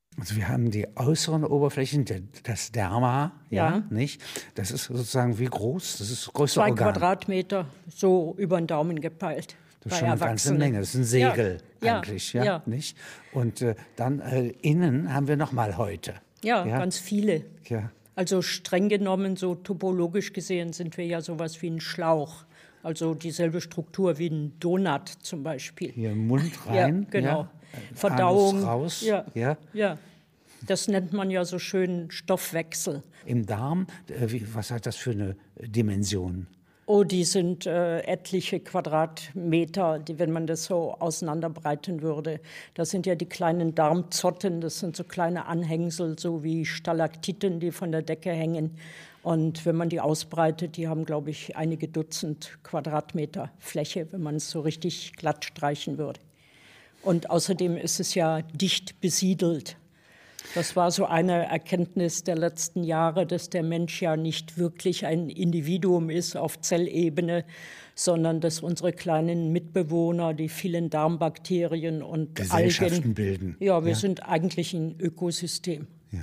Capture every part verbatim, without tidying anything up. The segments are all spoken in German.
Also wir haben die äußeren Oberflächen, der, das Derma, ja, Ja. nicht? Das ist sozusagen wie groß? Das ist das größte Zwei Organ. Quadratmeter, so über den Daumen gepeilt. Das bei ist schon eine ganze Erwachsenen. Menge. Das ist ein Segel Ja, eigentlich, ja, ja, ja. nicht? Und äh, dann äh, innen haben wir nochmal Häute. Ja, Ja. ganz viele. Ja. Also streng genommen, so topologisch gesehen, sind wir ja sowas wie ein Schlauch. Also dieselbe Struktur wie ein Donut zum Beispiel. Hier im Mund rein. Ja, genau. Ja. Verdauung. Anus raus. Ja, Ja. ja. Das nennt man ja so schön Stoffwechsel. Im Darm, äh, wie, was hat das für eine Dimension? Oh, die sind äh, etliche Quadratmeter, die, wenn man das so auseinanderbreiten würde. Das sind ja die kleinen Darmzotten, das sind so kleine Anhängsel, so wie Stalaktiten, die von der Decke hängen. Und wenn man die ausbreitet, die haben, glaube ich, einige Dutzend Quadratmeter Fläche, wenn man es so richtig glatt streichen würde. Und außerdem ist es ja dicht besiedelt. Das war so eine Erkenntnis der letzten Jahre, dass der Mensch ja nicht wirklich ein Individuum ist auf Zellebene, sondern dass unsere kleinen Mitbewohner, die vielen Darmbakterien und Gesellschaften Algen, bilden. Ja, wir Ja. sind eigentlich ein Ökosystem. Ja.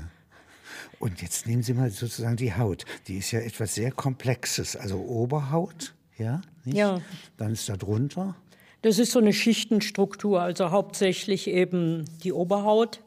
Und jetzt nehmen Sie mal sozusagen die Haut. Die ist ja etwas sehr Komplexes. Also Oberhaut, ja, nicht? Ja. Dann ist da drunter. Das ist so eine Schichtenstruktur, also hauptsächlich eben die Oberhaut.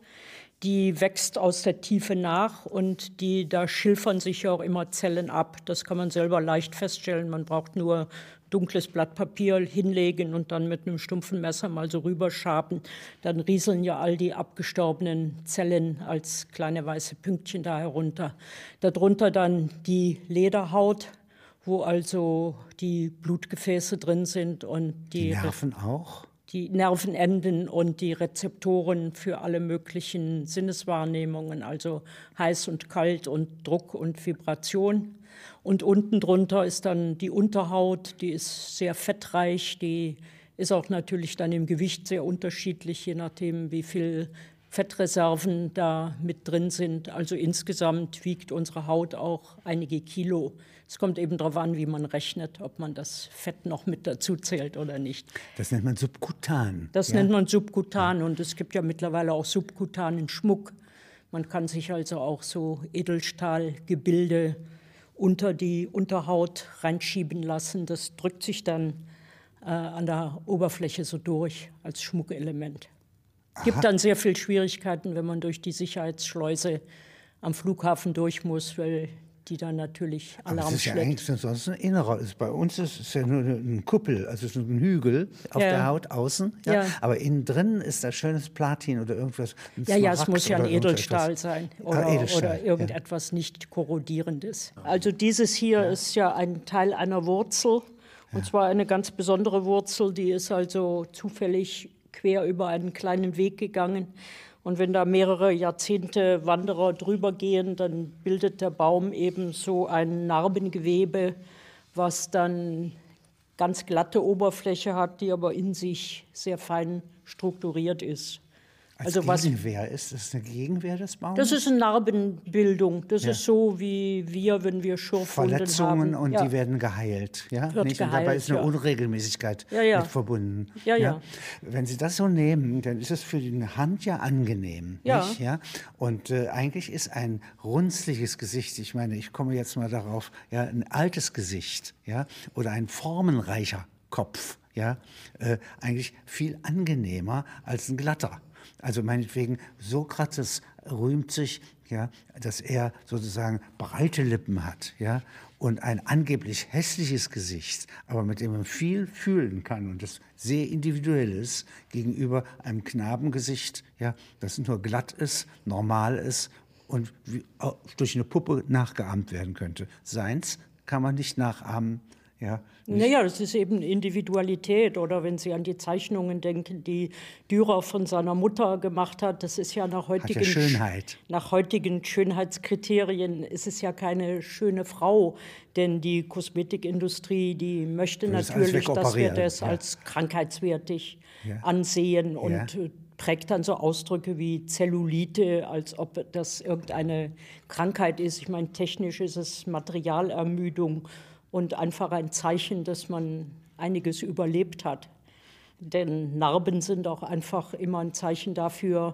Die wächst aus der Tiefe nach und die, da schilfern sich ja auch immer Zellen ab. Das kann man selber leicht feststellen. Man braucht nur dunkles Blatt Papier hinlegen und dann mit einem stumpfen Messer mal so rüberschaben. Dann rieseln ja all die abgestorbenen Zellen als kleine weiße Pünktchen da herunter. Darunter dann die Lederhaut, wo also die Blutgefäße drin sind und die, Die Nerven auch. die Nervenenden und die Rezeptoren für alle möglichen Sinneswahrnehmungen, also heiß und kalt und Druck und Vibration. Und unten drunter ist dann die Unterhaut, die ist sehr fettreich, die ist auch natürlich dann im Gewicht sehr unterschiedlich, je nachdem, wie viel Fettreserven da mit drin sind. Also insgesamt wiegt unsere Haut auch einige Kilo. Es kommt eben darauf an, wie man rechnet, ob man das Fett noch mit dazu zählt oder nicht. Das nennt man subkutan. Das ja? nennt man subkutan und es gibt ja mittlerweile auch subkutanen Schmuck. Man kann sich also auch so Edelstahlgebilde unter die Unterhaut reinschieben lassen. Das drückt sich dann äh, an der Oberfläche so durch als Schmuckelement. Es gibt dann sehr viel Schwierigkeiten, wenn man durch die Sicherheitsschleuse am Flughafen durch muss, weil die dann natürlich Alarm Aber es ist ja schlägt. eigentlich sonst ein innerer. Bei uns ist es ja nur eine Kuppel, also es ist ein Hügel auf Ja. der Haut außen. Ja? Ja. Aber innen drin ist da schönes Platin oder irgendwas. Ein Ja, ja, es Smaragd muss ja ein oder Edelstahl irgendetwas. sein Ah, oder, Edelstahl, oder ja. irgendetwas nicht korrodierendes. Also dieses hier ist ja ein Teil einer Wurzel, und zwar eine ganz besondere Wurzel, die ist also zufällig quer über einen kleinen Weg gegangen. Und wenn da mehrere Jahrzehnte Wanderer drüber gehen, dann bildet der Baum eben so ein Narbengewebe, was dann ganz glatte Oberfläche hat, die aber in sich sehr fein strukturiert ist. Als Also was- Gegenwehr ist das eine Gegenwehr des Baumes? Das ist eine Narbenbildung. Das Ja. ist so, wie wir, wenn wir Schürfwunden Verletzungen haben. und Ja. die werden geheilt. Ja? Wird Nicht? Und dabei geheilt, ist eine ja. Unregelmäßigkeit Ja, ja. mit verbunden. Ja, ja. Wenn Sie das so nehmen, dann ist es für die Hand ja angenehm. Ja. Nicht? Ja? Und äh, eigentlich ist ein runzliges Gesicht, ich meine, ich komme jetzt mal darauf, ja, ein altes Gesicht, ja, oder ein formenreicher Kopf, ja, äh, eigentlich viel angenehmer als ein glatter. Also meinetwegen, Sokrates rühmt sich, ja, dass er sozusagen breite Lippen hat, ja, und ein angeblich hässliches Gesicht, aber mit dem man viel fühlen kann und das sehr individuell ist gegenüber einem Knabengesicht, ja, das nur glatt ist, normal ist und wie, auch durch eine Puppe nachgeahmt werden könnte. Seins kann man nicht nachahmen. Ja, Naja, das ist eben Individualität. Oder wenn Sie an die Zeichnungen denken, die Dürer von seiner Mutter gemacht hat, das ist ja nach heutigen, Schönheit. nach heutigen Schönheitskriterien ist es ja keine schöne Frau. Denn die Kosmetikindustrie, die möchte Will das alles natürlich, dass wir wegoperieren, das ja. als krankheitswertig Ja. ansehen und Ja. äh, prägt dann so Ausdrücke wie Zellulite, als ob das irgendeine Krankheit ist. Ich meine, technisch ist es Materialermüdung und einfach ein Zeichen, dass man einiges überlebt hat. Denn Narben sind auch einfach immer ein Zeichen dafür,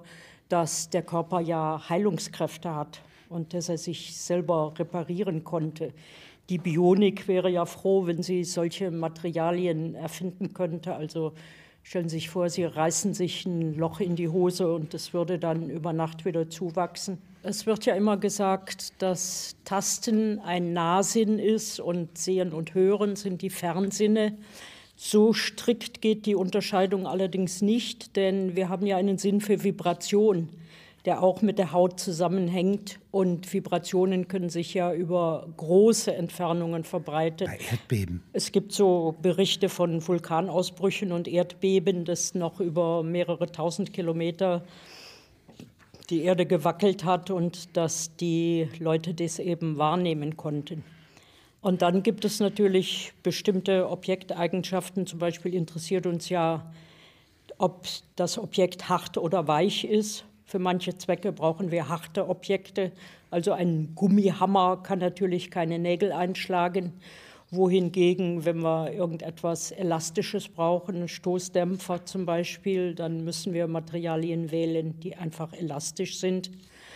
dass der Körper ja Heilungskräfte hat und dass er sich selber reparieren konnte. Die Bionik wäre ja froh, wenn sie solche Materialien erfinden könnte. Also stellen Sie sich vor, Sie reißen sich ein Loch in die Hose und das würde dann über Nacht wieder zuwachsen. Es wird ja immer gesagt, dass Tasten ein Nahsinn ist und Sehen und Hören sind die Fernsinne. So strikt geht die Unterscheidung allerdings nicht, denn wir haben ja einen Sinn für Vibration, der auch mit der Haut zusammenhängt. Und Vibrationen können sich ja über große Entfernungen verbreiten. Bei Erdbeben. Es gibt so Berichte von Vulkanausbrüchen und Erdbeben, das noch über mehrere tausend Kilometer die Erde gewackelt hat und dass die Leute das eben wahrnehmen konnten. Und dann gibt es natürlich bestimmte Objekteigenschaften. Zum Beispiel interessiert uns ja, ob das Objekt hart oder weich ist. Für manche Zwecke brauchen wir harte Objekte. Also ein Gummihammer kann natürlich keine Nägel einschlagen, wohingegen, wenn wir irgendetwas Elastisches brauchen, Stoßdämpfer zum Beispiel, dann müssen wir Materialien wählen, die einfach elastisch sind.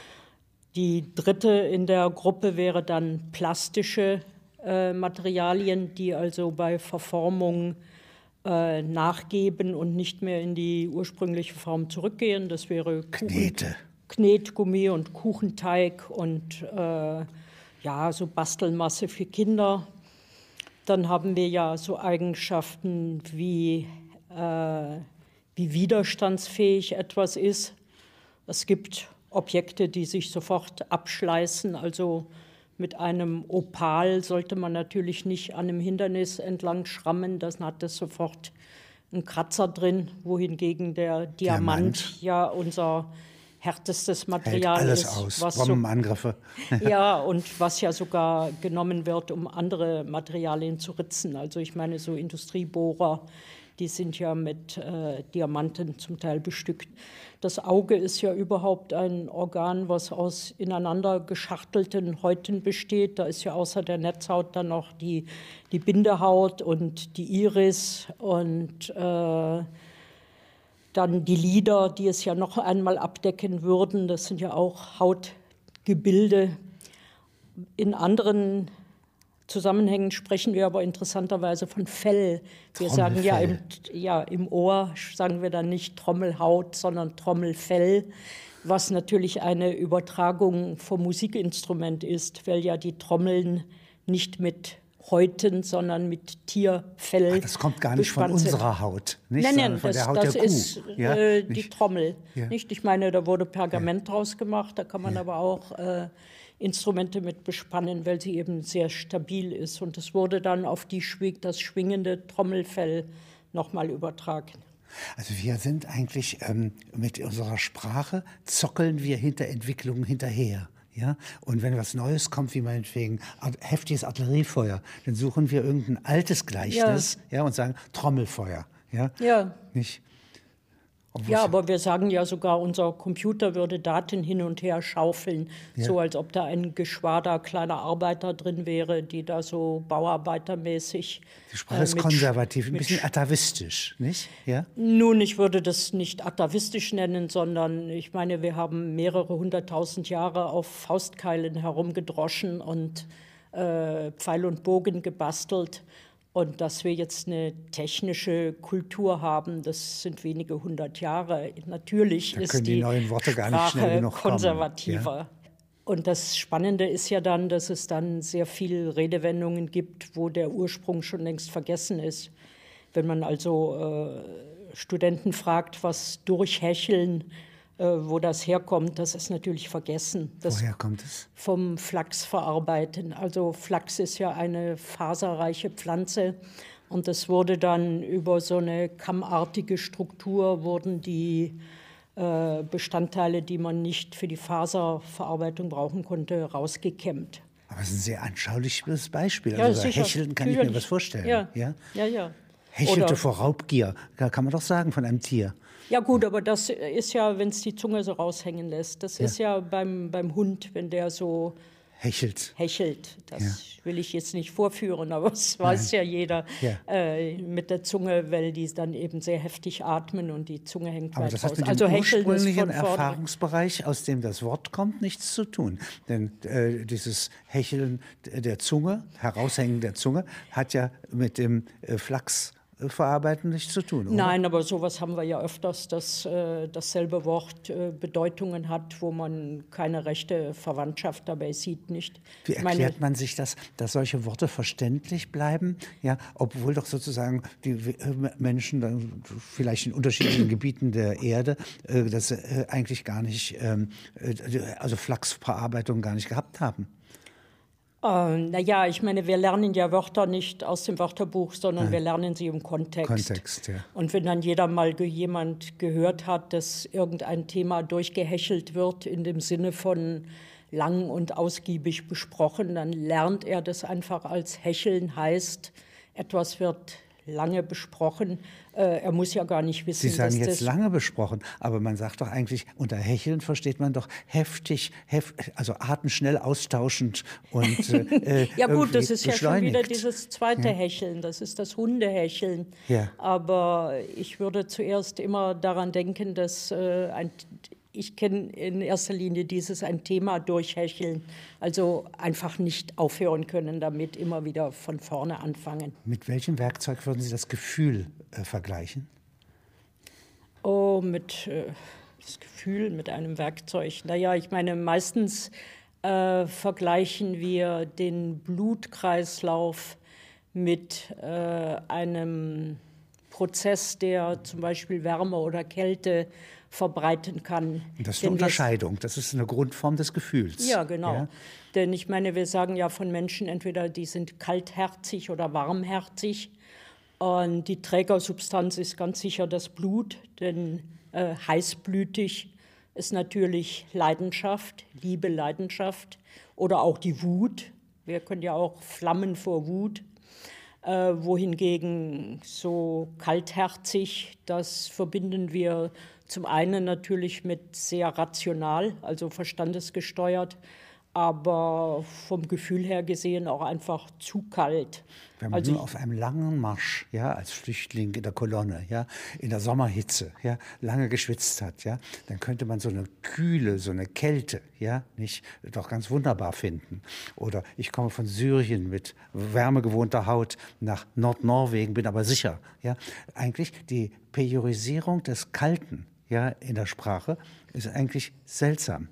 Die dritte in der Gruppe wäre dann plastische äh, Materialien, die also bei Verformung Äh, nachgeben und nicht mehr in die ursprüngliche Form zurückgehen. Das wäre Knete. Knetgummi und Kuchenteig und äh, ja, so Bastelmasse für Kinder. Dann haben wir ja so Eigenschaften wie, äh, wie widerstandsfähig etwas ist. Es gibt Objekte, die sich sofort abschleißen, also mit einem Opal sollte man natürlich nicht an einem Hindernis entlang schrammen, dann hat das sofort einen Kratzer drin, wohingegen der Diamant, Diamant. ja unser härtestes Material hält alles ist. Aus, was Bombenangriffe. So, ja, und was ja sogar genommen wird, um andere Materialien zu ritzen. Also ich meine, so Industriebohrer, die sind ja mit äh, Diamanten zum Teil bestückt. Das Auge ist ja überhaupt ein Organ, was aus ineinander geschachtelten Häuten besteht. Da ist ja außer der Netzhaut dann noch die, die Bindehaut und die Iris und äh, dann die Lider, die es ja noch einmal abdecken würden. Das sind ja auch Hautgebilde. In anderen Zusammenhängen sprechen wir aber interessanterweise von Fell. Wir sagen ja im, ja im Ohr, sagen wir dann nicht Trommelhaut, sondern Trommelfell, was natürlich eine Übertragung vom Musikinstrument ist, weil ja die Trommeln nicht mit Häuten, sondern mit Tierfell. Ach, das kommt gar nicht von unserer Haut, nicht? Nein, nein, von das, der Haut das der ist Kuh. Ja, äh, die Trommel. Ja. Nicht? Ich meine, da wurde Pergament ja. draus gemacht, da kann man ja. aber auch äh, Instrumente mit bespannen, weil sie eben sehr stabil ist. Und es wurde dann auf die, das schwingende Trommelfell nochmal übertragen. Also wir sind eigentlich ähm, mit unserer Sprache, zockeln wir hinter Entwicklungen hinterher. Ja? Und wenn was Neues kommt, wie meinetwegen heftiges Artilleriefeuer, dann suchen wir irgendein altes Gleichnis ja. Ja, und sagen Trommelfeuer. Ja. ja. Nicht? Obwohl ja, aber wir sagen ja sogar, unser Computer würde Daten hin und her schaufeln, ja. so als ob da ein Geschwader kleiner Arbeiter drin wäre, die da so bauarbeitermäßig... Die Sprache äh, ist konservativ, ein bisschen atavistisch, nicht? Ja? Nun, ich würde das nicht atavistisch nennen, sondern ich meine, wir haben mehrere hunderttausend Jahre auf Faustkeilen herumgedroschen und äh, Pfeil und Bogen gebastelt. Und dass wir jetzt eine technische Kultur haben, das sind wenige hundert Jahre. Natürlich da ist die, die neuen Worte Sprache gar nicht schnell genug konservativer. Ja? Und das Spannende ist ja dann, dass es dann sehr viele Redewendungen gibt, wo der Ursprung schon längst vergessen ist. Wenn man also äh, Studenten fragt, was durchhecheln, wo das herkommt, das ist natürlich vergessen. Das Woher kommt es? Vom Flachs verarbeiten. Also Flachs ist ja eine faserreiche Pflanze und es wurde dann über so eine kammartige Struktur wurden die äh, Bestandteile, die man nicht für die Faserverarbeitung brauchen konnte, rausgekämmt. Aber es ist ein sehr anschauliches Beispiel. Ja, also sicher, Hecheln kann sicher. ich mir was vorstellen. Ja, ja, ja. ja. Hechelte Oder vor Raubgier, kann man doch sagen von einem Tier. Ja gut, aber das ist ja, wenn es die Zunge so raushängen lässt. Das ja. ist ja beim, beim Hund, wenn der so hechelt. Hechelt. Das Ja. will ich jetzt nicht vorführen, aber es weiß ja jeder Ja. äh, mit der Zunge, weil die dann eben sehr heftig atmen und die Zunge hängt Aber weit das hat raus. mit dem Also Hecheln ist ursprünglichen von vorne. Erfahrungsbereich, aus dem das Wort kommt, nichts zu tun. Denn äh, dieses Hecheln der Zunge, Heraushängen der Zunge, hat ja mit dem äh, Flachs verarbeiten nichts zu tun, oder? Nein, aber sowas haben wir ja öfters, dass äh, dasselbe Wort äh, Bedeutungen hat, wo man keine rechte Verwandtschaft dabei sieht, nicht? Wie Ich meine, erklärt man sich das, dass solche Worte verständlich bleiben, ja, obwohl doch sozusagen die äh, Menschen dann vielleicht in unterschiedlichen Gebieten der Erde äh, das äh, eigentlich gar nicht, ähm, äh, also Flachsverarbeitung gar nicht gehabt haben? Äh, naja, ich meine, wir lernen ja Wörter nicht aus dem Wörterbuch, sondern ja. wir lernen sie im Kontext. Kontext, ja. Und wenn dann jeder mal ge jemand gehört hat, dass irgendein Thema durchgehechelt wird, in dem Sinne von lang und ausgiebig besprochen, dann lernt er das einfach als Hecheln heißt, etwas wird lange besprochen. Äh, er muss ja gar nicht wissen, Sie sagen dass jetzt das lange besprochen, aber man sagt doch eigentlich, unter Hecheln versteht man doch heftig, hef also artenschnell austauschend und äh, ja gut, das ist ja schon wieder beschleunigt. dieses zweite Ja. Hecheln, das ist das Hundehecheln. Ja. Aber ich würde zuerst immer daran denken, dass äh, ein ich kenne in erster Linie dieses ein Thema durchhecheln, also einfach nicht aufhören können damit, immer wieder von vorne anfangen. Mit welchem Werkzeug würden Sie das Gefühl äh, vergleichen? Oh, mit äh, das Gefühl, mit einem Werkzeug. Naja, ich meine, meistens äh, vergleichen wir den Blutkreislauf mit äh, einem Prozess, der zum Beispiel Wärme oder Kälte verbreiten kann. Das ist eine Unterscheidung, das ist eine Grundform des Gefühls. Ja, genau. Ja? Denn ich meine, wir sagen ja von Menschen entweder, die sind kaltherzig oder warmherzig. Und die Trägersubstanz ist ganz sicher das Blut, denn äh, heißblütig ist natürlich Leidenschaft, Liebe, Leidenschaft oder auch die Wut. Wir können ja auch flammen vor Wut. Äh, wohingegen so kaltherzig, das verbinden wir zum einen natürlich mit sehr rational, also verstandesgesteuert, aber vom Gefühl her gesehen auch einfach zu kalt. Wenn man also nur auf einem langen Marsch, ja, als Flüchtling in der Kolonne, ja, in der Sommerhitze, ja, lange geschwitzt hat, ja, dann könnte man so eine Kühle, so eine Kälte, ja, nicht, doch ganz wunderbar finden. Oder ich komme von Syrien mit wärmegewohnter Haut nach Nordnorwegen, bin aber sicher, ja, eigentlich die Priorisierung des Kalten, ja, in der Sprache ist eigentlich seltsam.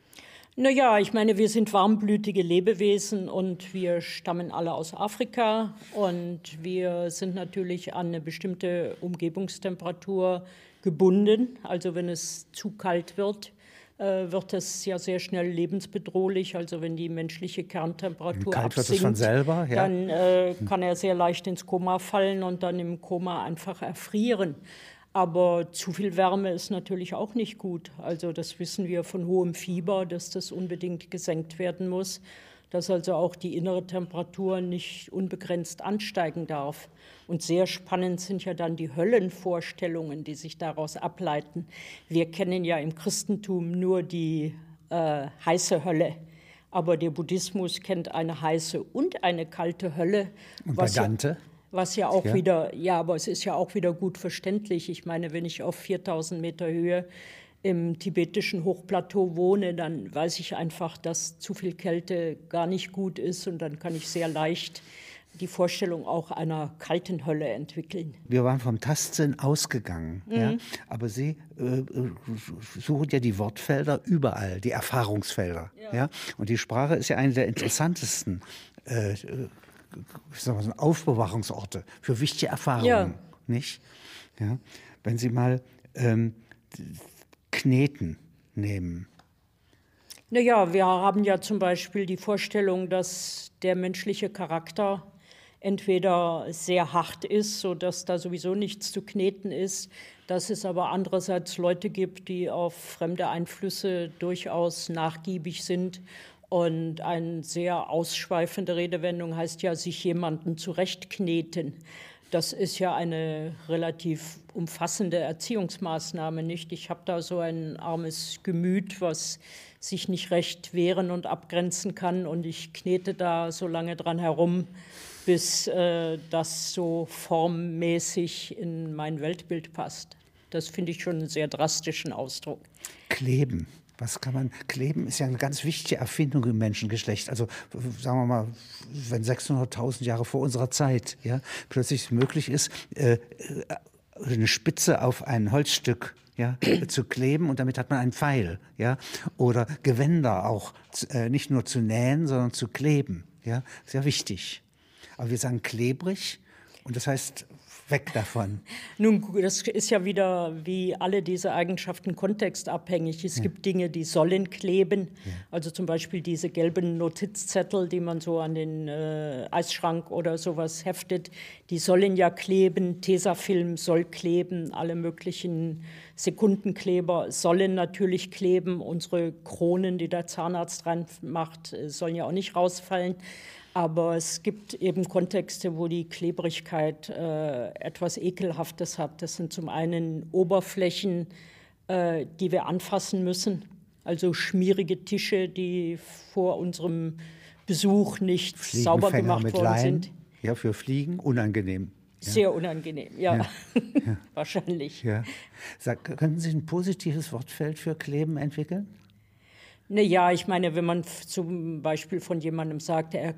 Naja, ich meine, wir sind warmblütige Lebewesen und wir stammen alle aus Afrika und wir sind natürlich an eine bestimmte Umgebungstemperatur gebunden. Also wenn es zu kalt wird, äh, wird es ja sehr schnell lebensbedrohlich. Also wenn die menschliche Kerntemperatur kalt wird es absinkt, von selber, ja. dann äh, kann er sehr leicht ins Koma fallen und dann im Koma einfach erfrieren. Aber zu viel Wärme ist natürlich auch nicht gut. Also das wissen wir von hohem Fieber, dass das unbedingt gesenkt werden muss, dass also auch die innere Temperatur nicht unbegrenzt ansteigen darf. Und sehr spannend sind ja dann die Höllenvorstellungen, die sich daraus ableiten. Wir kennen ja im Christentum nur die äh, heiße Hölle. Aber der Buddhismus kennt eine heiße und eine kalte Hölle. Und bei Dante? Ja, Was ja auch ja. wieder, ja, aber es ist ja auch wieder gut verständlich. Ich meine, wenn ich auf viertausend Meter Höhe im tibetischen Hochplateau wohne, dann weiß ich einfach, dass zu viel Kälte gar nicht gut ist und dann kann ich sehr leicht die Vorstellung auch einer kalten Hölle entwickeln. Wir waren vom Tastsinn ausgegangen, mhm. ja? Aber Sie äh, suchen ja die Wortfelder überall, die Erfahrungsfelder. Ja. Ja? Und die Sprache ist ja eine der interessantesten äh, ich sag mal, so Aufbewahrungsorte für wichtige Erfahrungen, ja. Nicht? Ja? Wenn Sie mal ähm, Kneten nehmen. Naja, wir haben ja zum Beispiel die Vorstellung, dass der menschliche Charakter entweder sehr hart ist, sodass da sowieso nichts zu kneten ist, dass es aber andererseits Leute gibt, die auf fremde Einflüsse durchaus nachgiebig sind. Und eine sehr ausschweifende Redewendung heißt ja, sich jemanden zurechtkneten. Das ist ja eine relativ umfassende Erziehungsmaßnahme, nicht? Ich habe da so ein armes Gemüt, was sich nicht recht wehren und abgrenzen kann, und ich knete da so lange dran herum, bis äh, das so formmäßig in mein Weltbild passt. Das finde ich schon einen sehr drastischen Ausdruck. Kleben. Was kann man, Kleben ist ja eine ganz wichtige Erfindung im Menschengeschlecht. Also sagen wir mal, wenn sechshunderttausend Jahre vor unserer Zeit ja, plötzlich möglich ist, äh, eine Spitze auf ein Holzstück ja, zu kleben, und damit hat man einen Pfeil. Ja? Oder Gewänder auch äh, nicht nur zu nähen, sondern zu kleben. Ja? Sehr wichtig. Aber wir sagen klebrig, und das heißt weg davon. Nun, das ist ja wieder wie alle diese Eigenschaften kontextabhängig. Es ja. gibt Dinge, die sollen kleben. Ja. Also zum Beispiel diese gelben Notizzettel, die man so an den äh, Eisschrank oder sowas heftet, die sollen ja kleben. Tesafilm soll kleben. Alle möglichen Sekundenkleber sollen natürlich kleben. Unsere Kronen, die der Zahnarzt reinmacht, sollen ja auch nicht rausfallen. Aber es gibt eben Kontexte, wo die Klebrigkeit äh, etwas Ekelhaftes hat. Das sind zum einen Oberflächen, äh, die wir anfassen müssen. Also schmierige Tische, die vor unserem Besuch nicht sauber gemacht mit worden Leim. sind. Ja, für Fliegen unangenehm. Ja. Sehr unangenehm, ja, ja. ja. wahrscheinlich. Ja. Sag, könnten Sie ein positives Wortfeld für Kleben entwickeln? Na ja, ich meine, wenn man zum Beispiel von jemandem sagt, er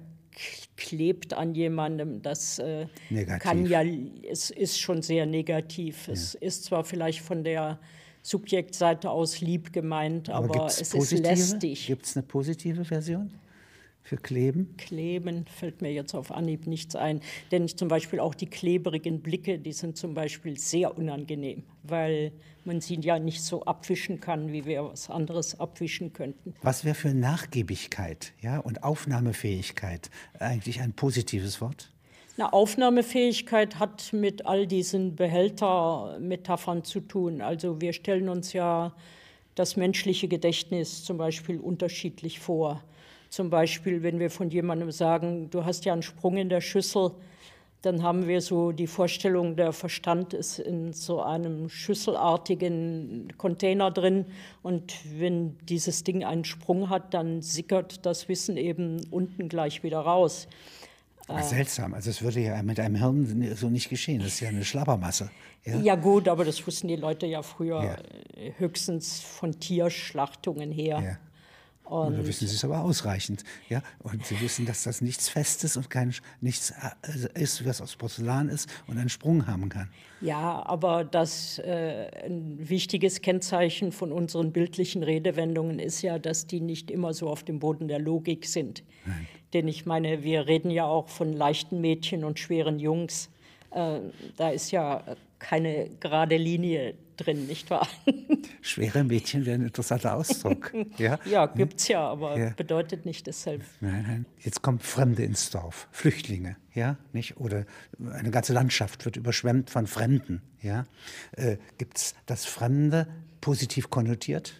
klebt an jemandem, das äh, kann ja, es ist schon sehr negativ. Ja. Es ist zwar vielleicht von der Subjektseite aus lieb gemeint, aber, aber es positive? ist lästig. Gibt es eine positive Version für Kleben? Kleben fällt mir jetzt auf Anhieb nichts ein. Denn zum Beispiel auch die klebrigen Blicke, die sind zum Beispiel sehr unangenehm, weil man sie ja nicht so abwischen kann, wie wir was anderes abwischen könnten. Was wäre für Nachgiebigkeit, ja, und Aufnahmefähigkeit eigentlich ein positives Wort? Na, Aufnahmefähigkeit hat mit all diesen Behältermetaphern zu tun. Also wir stellen uns ja das menschliche Gedächtnis zum Beispiel unterschiedlich vor. Zum Beispiel, wenn wir von jemandem sagen, du hast ja einen Sprung in der Schüssel, dann haben wir so die Vorstellung, der Verstand ist in so einem schüsselartigen Container drin, und wenn dieses Ding einen Sprung hat, dann sickert das Wissen eben unten gleich wieder raus. Ach, seltsam, also es würde ja mit einem Hirn so nicht geschehen, das ist ja eine Schlabbermasse. Ja, ja gut, aber das wussten die Leute ja früher ja. höchstens von Tierschlachtungen her. Ja. Und da wissen Sie es aber ausreichend. Ja? Und Sie wissen, dass das nichts Festes und kein, nichts ist, was aus Porzellan ist und einen Sprung haben kann. Ja, aber das äh, ein wichtiges Kennzeichen von unseren bildlichen Redewendungen ist ja, dass die nicht immer so auf dem Boden der Logik sind. Nein. Denn ich meine, wir reden ja auch von leichten Mädchen und schweren Jungs. Äh, da ist ja keine gerade Linie drin, nicht wahr? Schwere Mädchen wäre ein interessanter Ausdruck. Ja, ja gibt es ja, aber ja. bedeutet nicht dasselbe. Nein, nein. Jetzt kommen Fremde ins Dorf, Flüchtlinge, ja, nicht? Oder eine ganze Landschaft wird überschwemmt von Fremden. Ja? Äh, gibt es das Fremde positiv konnotiert?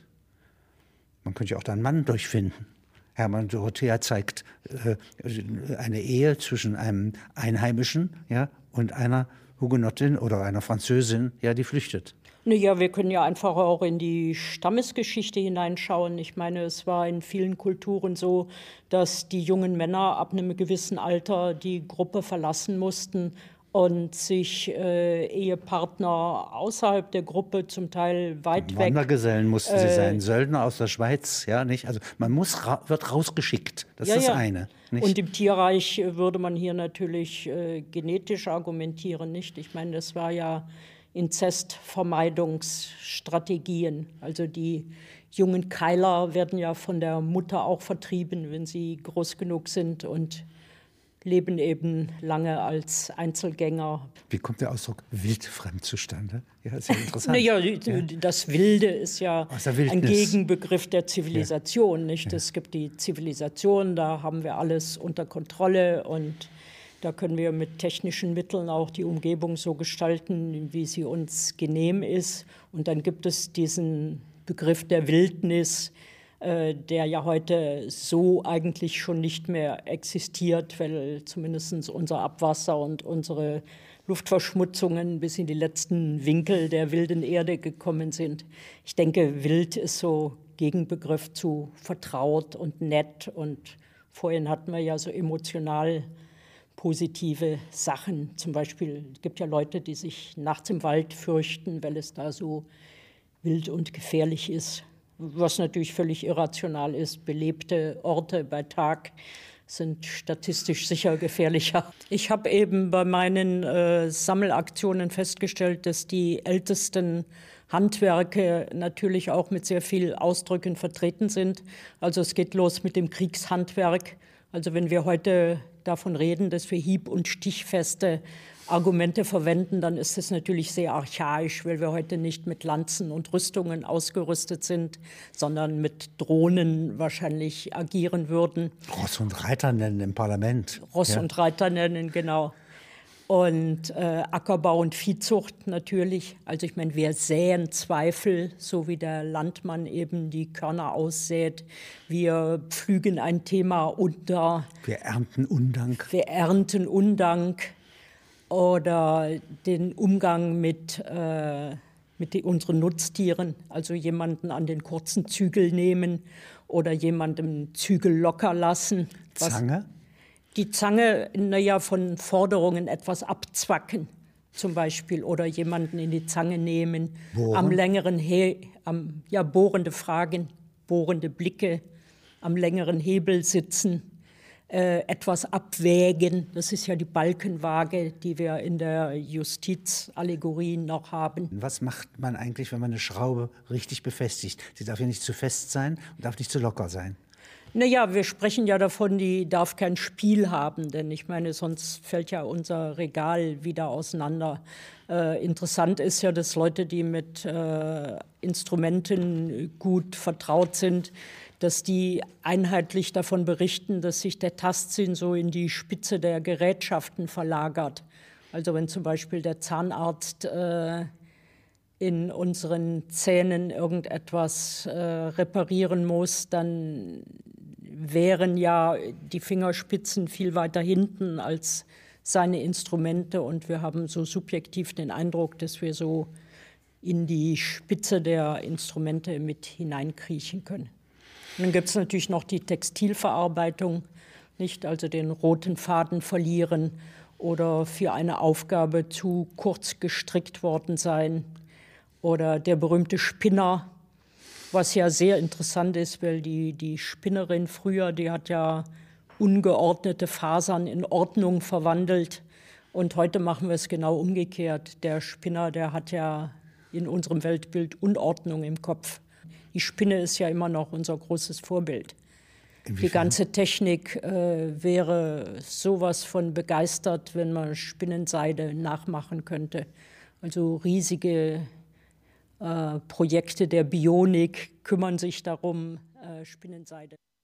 Man könnte ja auch da einen Mann durchfinden. Hermann Dorothea zeigt äh, eine Ehe zwischen einem Einheimischen, ja, und einer Hugenottin oder einer Französin, ja, die flüchtet. Naja, wir können ja einfach auch in die Stammesgeschichte hineinschauen. Ich meine, es war in vielen Kulturen so, dass die jungen Männer ab einem gewissen Alter die Gruppe verlassen mussten und sich äh, Ehepartner außerhalb der Gruppe, zum Teil weit weg. Wandergesellen mussten äh, sie sein, Söldner aus der Schweiz, ja, nicht? Also man muss ra wird rausgeschickt, das ja, ist das ja. eine. Nicht? Und im Tierreich würde man hier natürlich äh, genetisch argumentieren, nicht? Ich meine, das war ja Inzestvermeidungsstrategien. Also die jungen Keiler werden ja von der Mutter auch vertrieben, wenn sie groß genug sind, und leben eben lange als Einzelgänger. Wie kommt der Ausdruck wildfremd zustande? Ja, ist ja interessant. Naja, ja. Das Wilde ist ja ein Gegenbegriff der Zivilisation. Ja. Nicht? Ja. Es gibt die Zivilisation, da haben wir alles unter Kontrolle, und da können wir mit technischen Mitteln auch die Umgebung so gestalten, wie sie uns genehm ist. Und dann gibt es diesen Begriff der Wildnis, äh, der ja heute so eigentlich schon nicht mehr existiert, weil zumindest unser Abwasser und unsere Luftverschmutzungen bis in die letzten Winkel der wilden Erde gekommen sind. Ich denke, wild ist so Gegenbegriff zu vertraut und nett. Und vorhin hatten wir ja so emotional positive Sachen. Zum Beispiel, es gibt ja Leute, die sich nachts im Wald fürchten, weil es da so wild und gefährlich ist. Was natürlich völlig irrational ist. Belebte Orte bei Tag sind statistisch sicher gefährlicher. Ich habe eben bei meinen äh, Sammelaktionen festgestellt, dass die ältesten Handwerke natürlich auch mit sehr viel Ausdrücken vertreten sind. Also es geht los mit dem Kriegshandwerk. Also wenn wir heute davon reden, dass wir hieb- und stichfeste Argumente verwenden, dann ist es natürlich sehr archaisch, weil wir heute nicht mit Lanzen und Rüstungen ausgerüstet sind, sondern mit Drohnen wahrscheinlich agieren würden. Ross und Reiter nennen im Parlament. Ross ja. und Reiter nennen, genau. Und äh, Ackerbau und Viehzucht natürlich. Also ich meine, wir säen Zweifel, so wie der Landmann eben die Körner aussät. Wir pflügen ein Thema unter. Wir ernten Undank. Wir ernten Undank. Oder den Umgang mit, äh, mit die, unseren Nutztieren, also jemanden an den kurzen Zügel nehmen oder jemandem Zügel locker lassen. Zange? Die Zange, naja, von Forderungen etwas abzwacken zum Beispiel oder jemanden in die Zange nehmen, Bohren? am längeren He am, ja, bohrende Fragen, bohrende Blicke, am längeren Hebel sitzen. Äh, etwas abwägen. Das ist ja die Balkenwaage, die wir in der Justizallegorie noch haben. Was macht man eigentlich, wenn man eine Schraube richtig befestigt? Sie darf ja nicht zu fest sein und darf nicht zu locker sein. Naja, wir sprechen ja davon, die darf kein Spiel haben, denn ich meine, sonst fällt ja unser Regal wieder auseinander. Äh, interessant ist ja, dass Leute, die mit äh, Instrumenten gut vertraut sind, dass die einheitlich davon berichten, dass sich der Tastsinn so in die Spitze der Gerätschaften verlagert. Also wenn zum Beispiel der Zahnarzt äh, in unseren Zähnen irgendetwas äh, reparieren muss, dann wären ja die Fingerspitzen viel weiter hinten als seine Instrumente. Und wir haben so subjektiv den Eindruck, dass wir so in die Spitze der Instrumente mit hineinkriechen können. Und dann gibt es natürlich noch die Textilverarbeitung, nicht? Also den roten Faden verlieren oder für eine Aufgabe zu kurz gestrickt worden sein. Oder der berühmte Spinner, was ja sehr interessant ist, weil die, die Spinnerin früher, die hat ja ungeordnete Fasern in Ordnung verwandelt. Und heute machen wir es genau umgekehrt. Der Spinner, der hat ja in unserem Weltbild Unordnung im Kopf. Die Spinne ist ja immer noch unser großes Vorbild. Inwiefern? Die ganze Technik äh, wäre sowas von begeistert, wenn man Spinnenseide nachmachen könnte. Also riesige äh, Projekte der Bionik kümmern sich darum, äh, Spinnenseide.